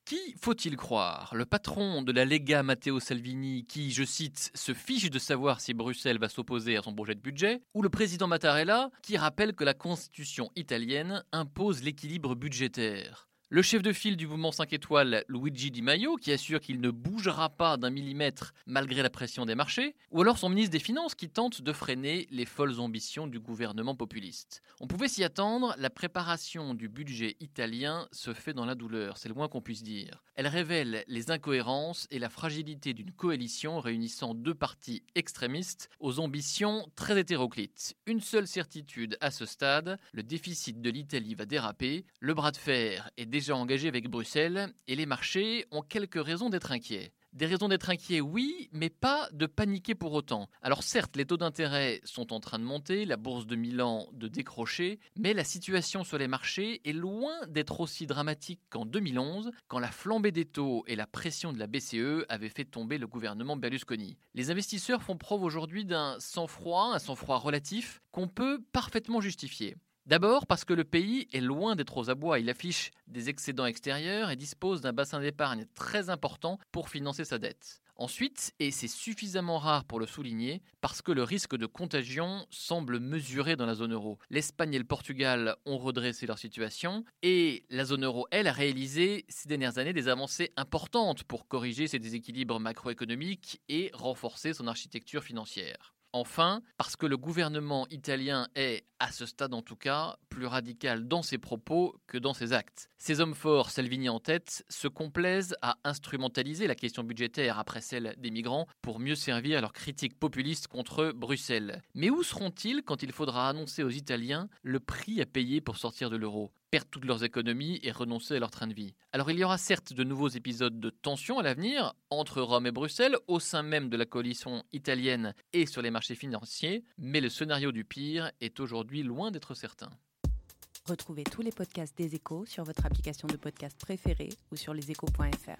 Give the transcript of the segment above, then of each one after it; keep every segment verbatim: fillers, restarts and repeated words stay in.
Qui faut-il croire? Le patron de la Lega Matteo Salvini qui, je cite, se fiche de savoir si Bruxelles va s'opposer à son projet de budget, ou le président Mattarella qui rappelle que la constitution italienne impose l'équilibre budgétaire? Le chef de file du mouvement cinq étoiles, Luigi Di Maio, qui assure qu'il ne bougera pas d'un millimètre malgré la pression des marchés, ou alors son ministre des Finances qui tente de freiner les folles ambitions du gouvernement populiste. On pouvait s'y attendre, la préparation du budget italien se fait dans la douleur, c'est le moins qu'on puisse dire. Elle révèle les incohérences et la fragilité d'une coalition réunissant deux partis extrémistes aux ambitions très hétéroclites. Une seule certitude à ce stade, le déficit de l'Italie va déraper, le bras de fer est déjà engagé avec Bruxelles et les marchés ont quelques raisons d'être inquiets. Des raisons d'être inquiets, oui, mais pas de paniquer pour autant. Alors certes, les taux d'intérêt sont en train de monter, la bourse de Milan de décrocher, mais la situation sur les marchés est loin d'être aussi dramatique qu'en deux mille onze, quand la flambée des taux et la pression de la B C E avaient fait tomber le gouvernement Berlusconi. Les investisseurs font preuve aujourd'hui d'un sang-froid, un sang-froid relatif, qu'on peut parfaitement justifier. D'abord parce que le pays est loin d'être aux abois, il affiche des excédents extérieurs et dispose d'un bassin d'épargne très important pour financer sa dette. Ensuite, et c'est suffisamment rare pour le souligner, parce que le risque de contagion semble mesuré dans la zone euro. L'Espagne et le Portugal ont redressé leur situation et la zone euro, elle, a réalisé ces dernières années des avancées importantes pour corriger ses déséquilibres macroéconomiques et renforcer son architecture financière. Enfin, parce que le gouvernement italien est, à ce stade en tout cas, plus radical dans ses propos que dans ses actes. Ces hommes forts, Salvini en tête, se complaisent à instrumentaliser la question budgétaire après celle des migrants pour mieux servir leurs critiques populistes contre Bruxelles. Mais où seront-ils quand il faudra annoncer aux Italiens le prix à payer pour sortir de l'euro ? Perdre toutes leurs économies et renoncer à leur train de vie. Alors il y aura certes de nouveaux épisodes de tension à l'avenir entre Rome et Bruxelles, au sein même de la coalition italienne et sur les marchés financiers, mais le scénario du pire est aujourd'hui loin d'être certain. Retrouvez tous les podcasts des Échos sur votre application de podcast préférée ou sur leséchos point f r.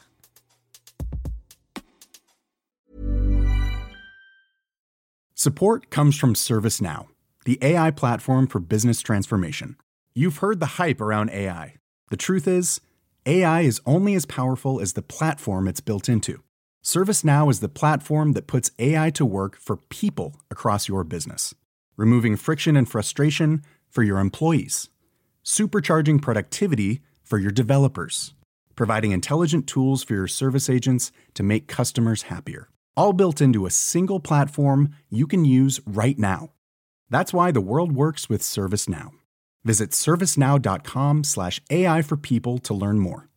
Support comes from ServiceNow, the A I platform for business transformation. You've heard the hype around A I. The truth is, A I is only as powerful as the platform it's built into. ServiceNow is the platform that puts A I to work for people across your business, removing friction and frustration for your employees, supercharging productivity for your developers, providing intelligent tools for your service agents to make customers happier, all built into a single platform you can use right now. That's why the world works with ServiceNow. Visit servicenow.com slash AI for people to learn more.